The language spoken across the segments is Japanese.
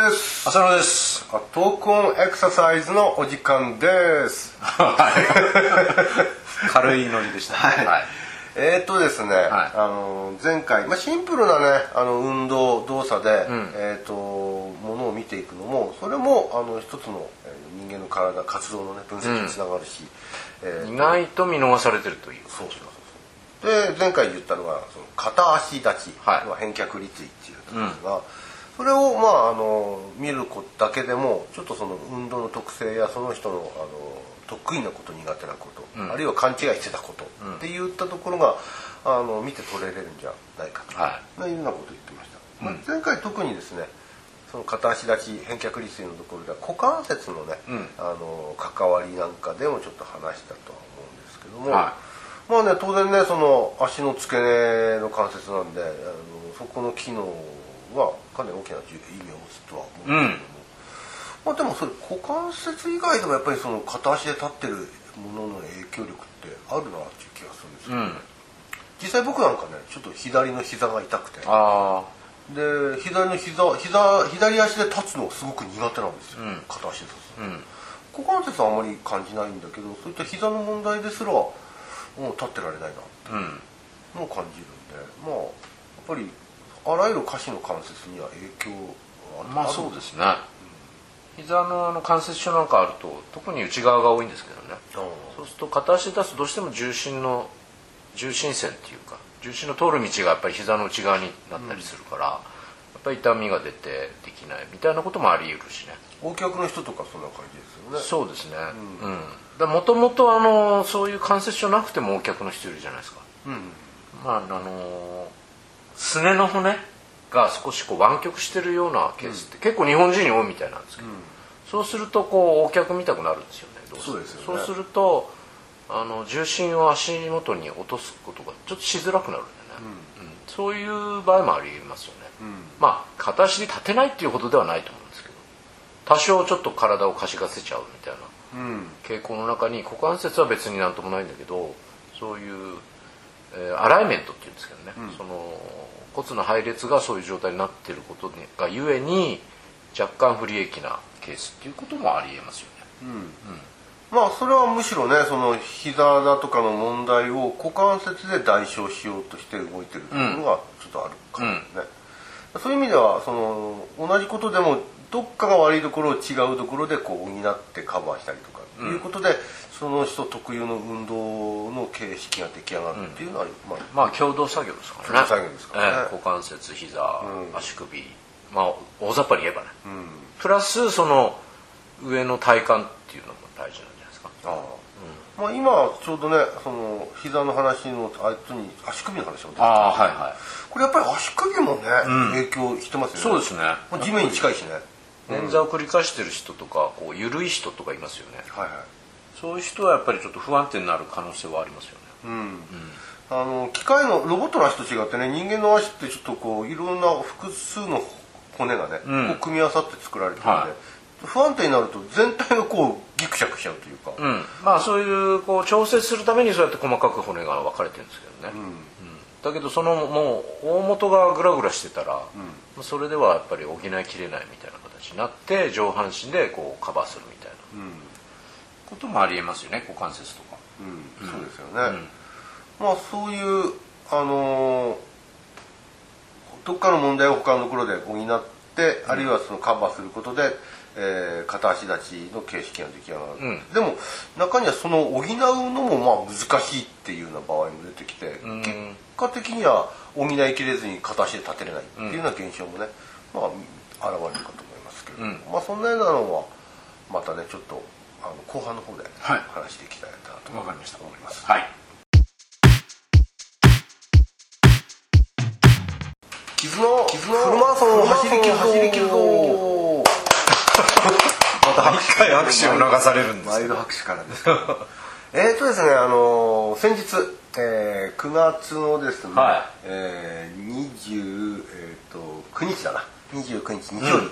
です。 浅野です。 トークオンエクササイズのお時間です。 はい。軽いノリでした。 はい。 はい、 ですね、はい、前回、シンプルなね運動動作で、ものを見ていくのもそれも一つの人間の体活動の、ね、分析につながるし、 意外と見逃されてるという。 そうで前回言ったのがその片足立ち、返却立位っていうところですが、それを見ることだけでもちょっとその運動の特性やその人の得意なこと苦手なこと、あるいは勘違いしてたこと、っていったところが見て取れれるんじゃないかというようなことを言ってました。前回特にですねその片足立ち返却立位のところでは股関節のね、関わりなんかでもちょっと話したとは思うんですけども、当然ねその足の付け根の関節なんでそこの機能はかなり大きな意味を持つとは思うんですけども、でもそれ股関節以外でもやっぱりその片足で立ってるものの影響力ってあるなっていう気がするんですけどね、実際僕なんかねちょっと左の膝が痛くて、で左足で立つのがすごく苦手なんですよ、片足で立つ、股関節はあまり感じないんだけどそういった膝の問題ですらもう立ってられないなっていうのを感じるんで、やっぱりあらゆる下肢の関節には影響はある。 そうですね、膝の関節症なんかあると特に内側が多いんですけどね、そうすると片足で立つとどうしても重心線っていうか重心の通る道がやっぱり膝の内側になったりするから、やっぱり痛みが出てできないみたいなこともあり得るしね。 大脚の人とかそんな感じですよね。 そうですね、もともとそういう関節症なくても大脚の人いるじゃないですか、すねの骨が少し湾曲してるようなケースって結構日本人に多いみたいなんですけど、そうすると大脚見たくなるんですよね。 そうですよね。 そうすると重心を足元に落とすことがちょっとしづらくなるんでね、そういう場合もありますよね、片足で立てないっていうほどではないと思うんですけど、多少ちょっと体をかしかせちゃうみたいな傾向の中に股関節は別になんともないんだけど、そういう、アライメントっていうんですけどね、その骨の配列がそういう状態になっていることがゆえに若干不利益なケースっていうこともありえますよね。 それはむしろねその膝だとかの問題を股関節で代償しようとして動いてるところがちょっとあるかもね、そういう意味ではその同じことでもどっかが悪いところを違うところで補ってカバーしたりとかいうことで、その人特有の運動の形式が出来上がるっていうのは、 共同作業ですからね。 共同作業ですからね、 股関節、膝、足首、大雑把に言えばね、プラスその上の体幹っていうのも大事なんじゃないですか。 今ちょうどねその膝の話の後に足首の話も出てきた、これやっぱり足首もね、影響してますよね。 そうですね。 地面に近いしね。 捻挫を繰り返してる人とか緩い人とかいますよね、そういう人はやっぱりちょっと不安定になる可能性はありますよね。 機械のロボットの足と違ってね、人間の足ってちょっといろんな複数の骨がね、組み合わさって作られてるんで、不安定になると全体がギクシャクしちゃうというか、 そういう調整するためにそうやって細かく骨が分かれてるんですけどね、だけどそのもう大元がグラグラしてたら、それではやっぱり補いきれないみたいな形になって上半身でカバーするみたいな、こともありえますよね、股関節とか。 そうですよね。そういうどっかの問題を他のところで補って、あるいはそのカバーすることで、片足立ちの形式が出来上がる、でも中にはその補うのも難しいっていうような場合も出てきて、結果的には補いきれずに片足で立てれないっていうような現象もね、現れるかと思いますけど、そんなようなのはまたねちょっと後半の方で話していきたいなと思います。絆のフルマラソンを走り切るぞ。 また一回拍手を流されるんです。 マイル拍手からですけどですね先日、9月のですね、29日だな、29日日曜日、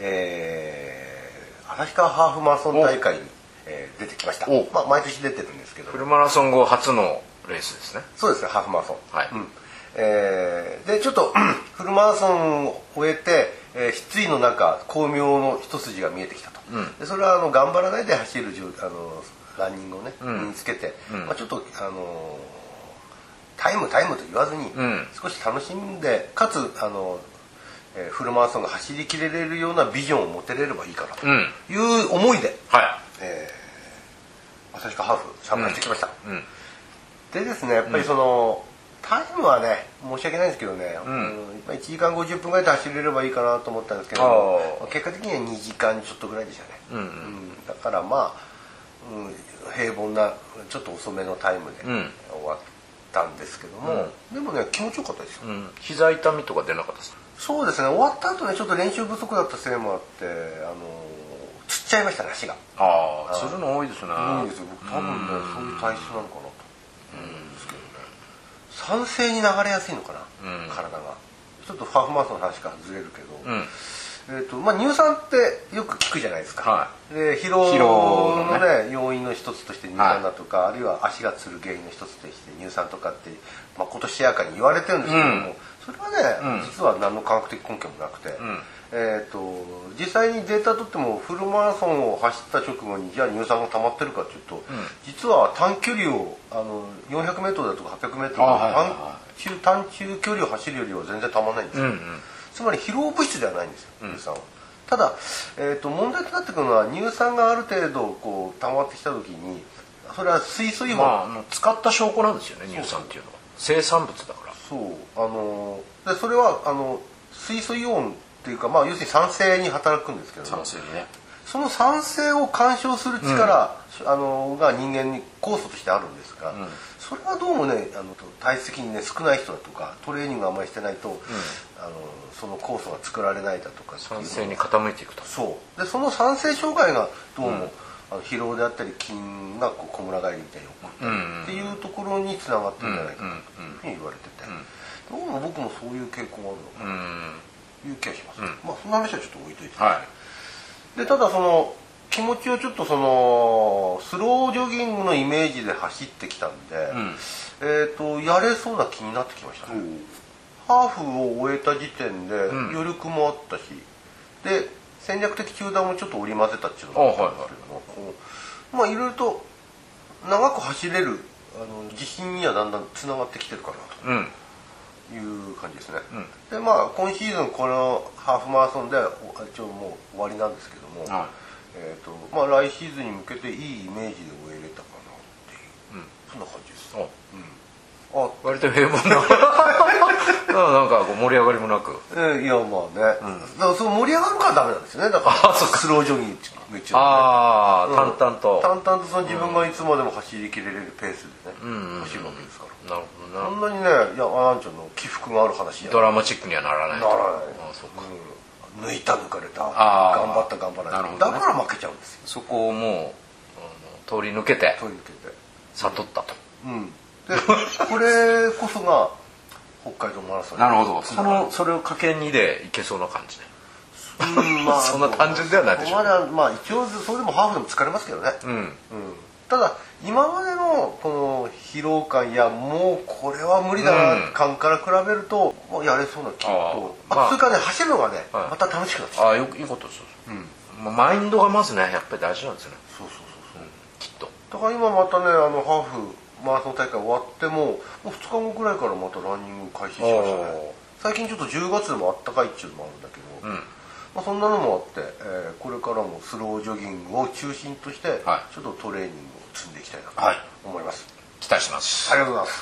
旭川ハーフマラソン大会に、出てきました。毎年出てるんですけど、 フルマラソン後初のレースですね。 そうですね、ハーフマラソン。でちょっとフルマラソンを終えて、 失意の中巧妙の一筋が見えてきたと、でそれは頑張らないで走るランニングをね、身につけて、ちょっとタイムと言わずに、少し楽しんでかつフルマラソンが走りきれるようなビジョンを持てれればいいかなという思いで、旭川ハーフ参加してきました、でですね、やっぱりタイムはね申し訳ないんですけどね、1時間50分ぐらいで走れればいいかなと思ったんですけど、結果的には2時間ちょっとぐらいでしたね、だからまあ、平凡なちょっと遅めのタイムで終わったんですけども、でもね気持ちよかったですよ、 膝痛みとか出なかったですか？ そうですね、終わった後ねちょっと練習不足だったせいもあってつっちゃいましたね、足が。 つるの多いですね。 多いですよ、僕多分ねそういう体質なのかなと思うんですけどね、酸性に流れやすいのかな、体が。ちょっとハーフマラソンの話からずれるけど、乳酸ってよく聞くじゃないですか、で疲労のね要因の一つとして乳酸だとか、あるいは足がつる原因の一つとして乳酸とかって、今年やかに言われてるんですけども、それはね、実は何の科学的根拠もなくて、実際にデータ取ってもフルマラソンを走った直後にじゃあ乳酸が溜まってるかというと、実は短距離を400m だとか 800m 短中距離を走るよりは全然溜まらないんですよ、つまり疲労物質ではないんですよ、乳酸は。ただ、問題となってくるのは乳酸がある程度こう溜まってきた時に、それは水素イオン、 使った証拠なんですよね、乳酸っていうのは生産物だから。 でそれは水素イオンっていうか、要するに酸性に働くんですけど、 酸性にね、 その酸性を干渉する力、が人間に酵素としてあるんですが、それはどうもね体質的にね少ない人だとかトレーニングあんまりしてないと、その酵素が作られないだとか、 酸性に傾いていくと。 そうで、その酸性障害がどうも、疲労であったり筋がこむら返りみたいに起こったりっていうところにつながってるんじゃないかなというふうに言われてて、どうも僕もそういう傾向があるのかなという気がします、その話はちょっと置いといて、でただ気持ちをちょっとスロージョギングのイメージで走ってきたんで、やれそうな気になってきましたね。ハーフを終えた時点で余力もあったし、で戦略的中断もちょっと織り交ぜたっていうのもあったんですけども、いろいろと長く走れる自信にはだんだんつながってきてるかなという感じですね。で今シーズンこのハーフマラソンで一応もう終わりなんですけども、来シーズンに向けていいイメージで終えれたかなっていう、そんな感じです。 割と平凡ななんかこう盛り上がりもなく、 いやまあね、だからその盛り上がるからダメなんですよね。だからスロージョギングっていうのはね、 淡々とその自分がいつまでも走りきれるペースでね、走るわけですから。なるほどね。そんなにね、アンちゃんの起伏がある話じゃドラマチックにはならない。 抜いた抜かれた、頑張った頑張らない、だから負けちゃうんですよ。 そこをもう通り抜けて悟ったと。 でこれこそが北海道マラソン。 なるほど。それをかけ2でいけそうな感じで。そんな単純ではないでしょう。 一応それでもハーフでも疲れますけどね。ただ今までのこの疲労感やもうこれは無理だな感から比べるともうやれそうな気と、それからね走るのがねまた楽しくなってきた。 いいことですよ。マインドがまずねやっぱり大事なんですよね。そうきっと。だから今またねハーフマラソン大会終わってもう2日後くらいからまたランニング開始しましたね。最近ちょっと10月でもあったかいっていうのもあるんだけど、そんなのもあって、これからもスロージョギングを中心としてちょっとトレーニングを積んでいきたいなと思います。 期待します。 ありがとうございます。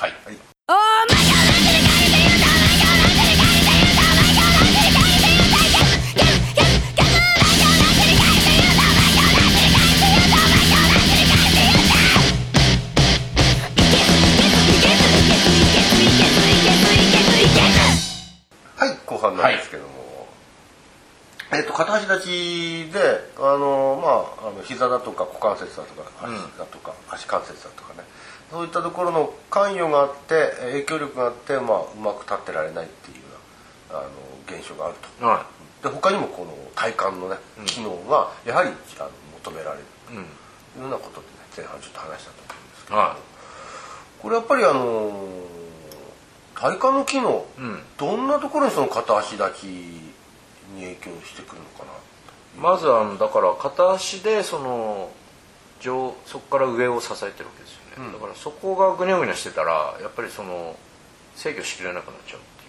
後半なんですけども、片足立ちで膝だとか股関節だとか足だとか足関節だとかね、そういったところの関与があって影響力があって、うまく立ってられないっていうような現象があると。で他にもこの体幹のね機能がやはり求められるというようなことでね、前半ちょっと話したと思うんですけど、これやっぱり体幹の機能、どんなところにその片足立ちに影響してくるのかな。 まずだから片足でそこから上を支えてるわけですよね、だからそこがぐにゃぐにゃしてたらやっぱり制御しきれなくなっちゃうっていう。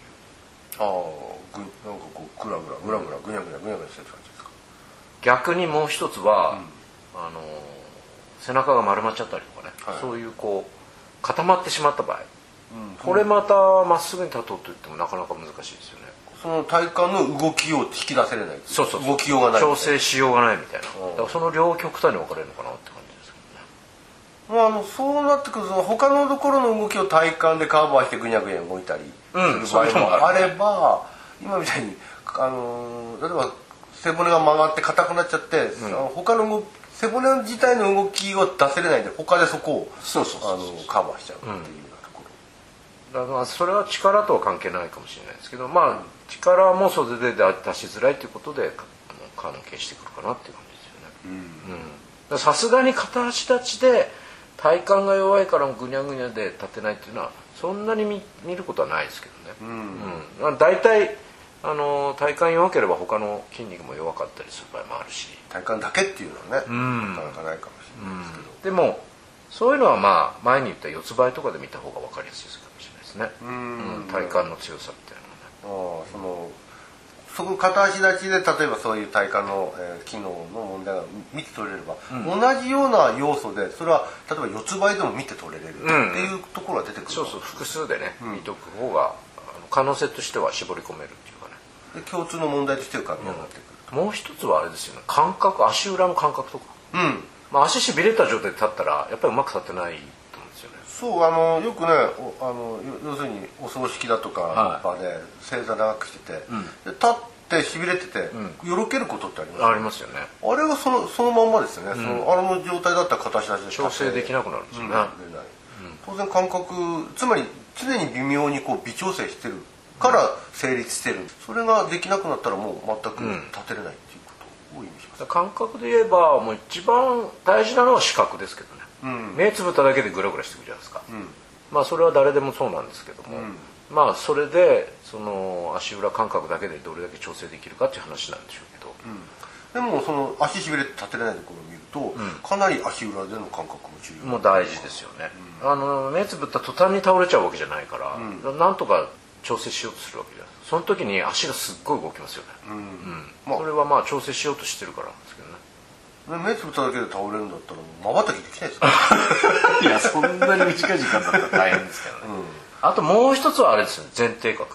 なんかこうグラグラぐにゃぐにゃしてる感じですか。 逆にもう一つは、背中が丸まっちゃったりとかね、そういう固まってしまった場合、これまたまっすぐに立とうと言ってもなかなか難しいですよね。 その体幹の動きを引き出せれない。 そう動きようがない。 調整しようがないみたいな。だからその両極端に分かれるのかなって感じですけどね。 そうなってくると他のところの動きを体幹でカバーしてぐにゃぐにゃ動いたりする場合もあれば、今みたいに例えば背骨が曲がって硬くなっちゃって、他の背骨自体の動きを出せれないんで他でそこをカバーしちゃうっていうようなところ。 だからそれは力とは関係ないかもしれないですけど、力もそれで出しづらいということで関係してくるかなっていう感じですよね。さすがに片足立ちで体幹が弱いからぐにゃぐにゃで立てないっていうのはそんなに見ることはないですけどね。だいたい体幹弱ければ他の筋肉も弱かったりする場合もあるし、 体幹だけっていうのはね、なかなかないかもしれないですけど、 でもそういうのは前に言った四つ倍とかで見た方が分かりやすいかもしれないですね。体幹の強さみたいな。 そこ片足立ちで例えばそういう体幹の、機能の問題が見て取れれば、同じような要素でそれは例えば四つ倍でも見て取れるっていうところが出てくる。 そう複数でね、見とく方が可能性としては絞り込めるっていうかね。 で共通の問題として浮かび上がってくる。 もう一つはあれですよね、感覚、足裏の感覚とか、足しびれた状態で立ったらやっぱりうまく立ってないと思うんですよね。 そうよくね要するにお葬式だとか場で正座長くしてて、で立ってしびれてて、よろけることってありますよね。 ありますよね。 あれがそのまんまですよね。あの状態だったら片足立ちで調整できなくなるんですよね。 当然感覚、つまり常に微妙に微調整してるから成立してる。それができなくなったらもう全く立てれないっていうことを意味します。 感覚で言えばもう一番大事なのは視覚ですけどね。目つぶっただけでグラグラしてくるじゃないですか。それは誰でもそうなんですけども、それでその足裏感覚だけでどれだけ調整できるかっていう話なんでしょうけど、 でもその足しびれて立てれないところを見ると、かなり足裏での感覚も重要。 もう大事ですよね。目つぶった途端に倒れちゃうわけじゃないから、なんとか調整しようとするわけじゃない。その時に足がすっごい動きますよね。それは調整しようとしてるからなんですけどね。 目つぶっただけで倒れるんだったらまばたきできないですか。 いやそんなに短い時間だったら大変ですけどね。あともう一つはあれですよね、前庭覚。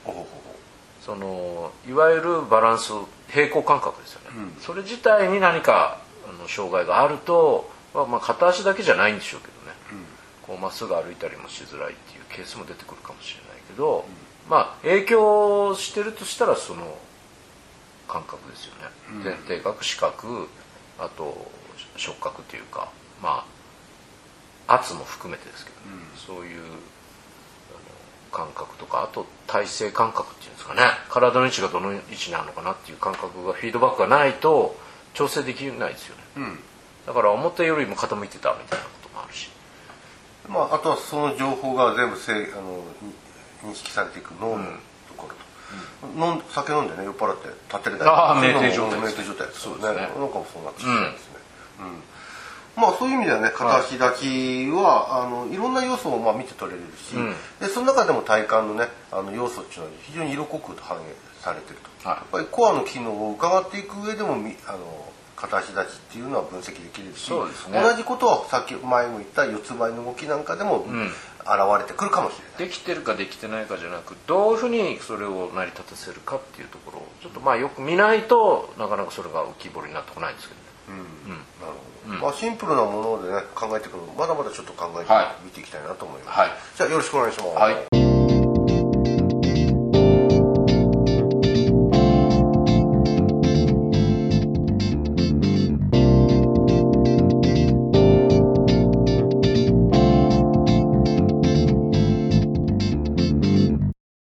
いわゆるバランス平衡感覚ですよね。それ自体に何か障害があると、片足だけじゃないんでしょうけどね、まっすぐ歩いたりもしづらいっていうケースも出てくるかもしれないけど、影響してるとしたらその感覚ですよね。前庭覚、視覚、あと触覚っていうか、圧も含めてですけど、そういう感覚とか、あと体勢感覚っていうんですかね、体の位置がどの位置にあるのかなっていう感覚がフィードバックがないと調整できないですよね。だから思ったよりも傾いてたみたいなこともあるし、 あとはその情報が全部認識されていく脳のところと、酒飲んでね酔っ払って立ってれない酩酊状態ですよね。なんかもそうなってきてるんですね。そういう意味ではね、片足立ちはいろんな要素を見て取れるし、でその中でも体幹のね要素っていうのは非常に色濃く反映されてると。やっぱりコアの機能を伺っていく上でも片足立ちっていうのは分析できるし、同じことはさっき前も言った四つ倍の動きなんかでも現れてくるかもしれない。 できてるかできてないかじゃなく、どういうふうにそれを成り立たせるかっていうところをちょっとよく見ないとなかなかそれが浮き彫りになってこないんですけどね。 なるほど。シンプルなものでね考えていくのまだまだちょっと考えて見ていきたいなと思います。じゃあよろしくお願いします。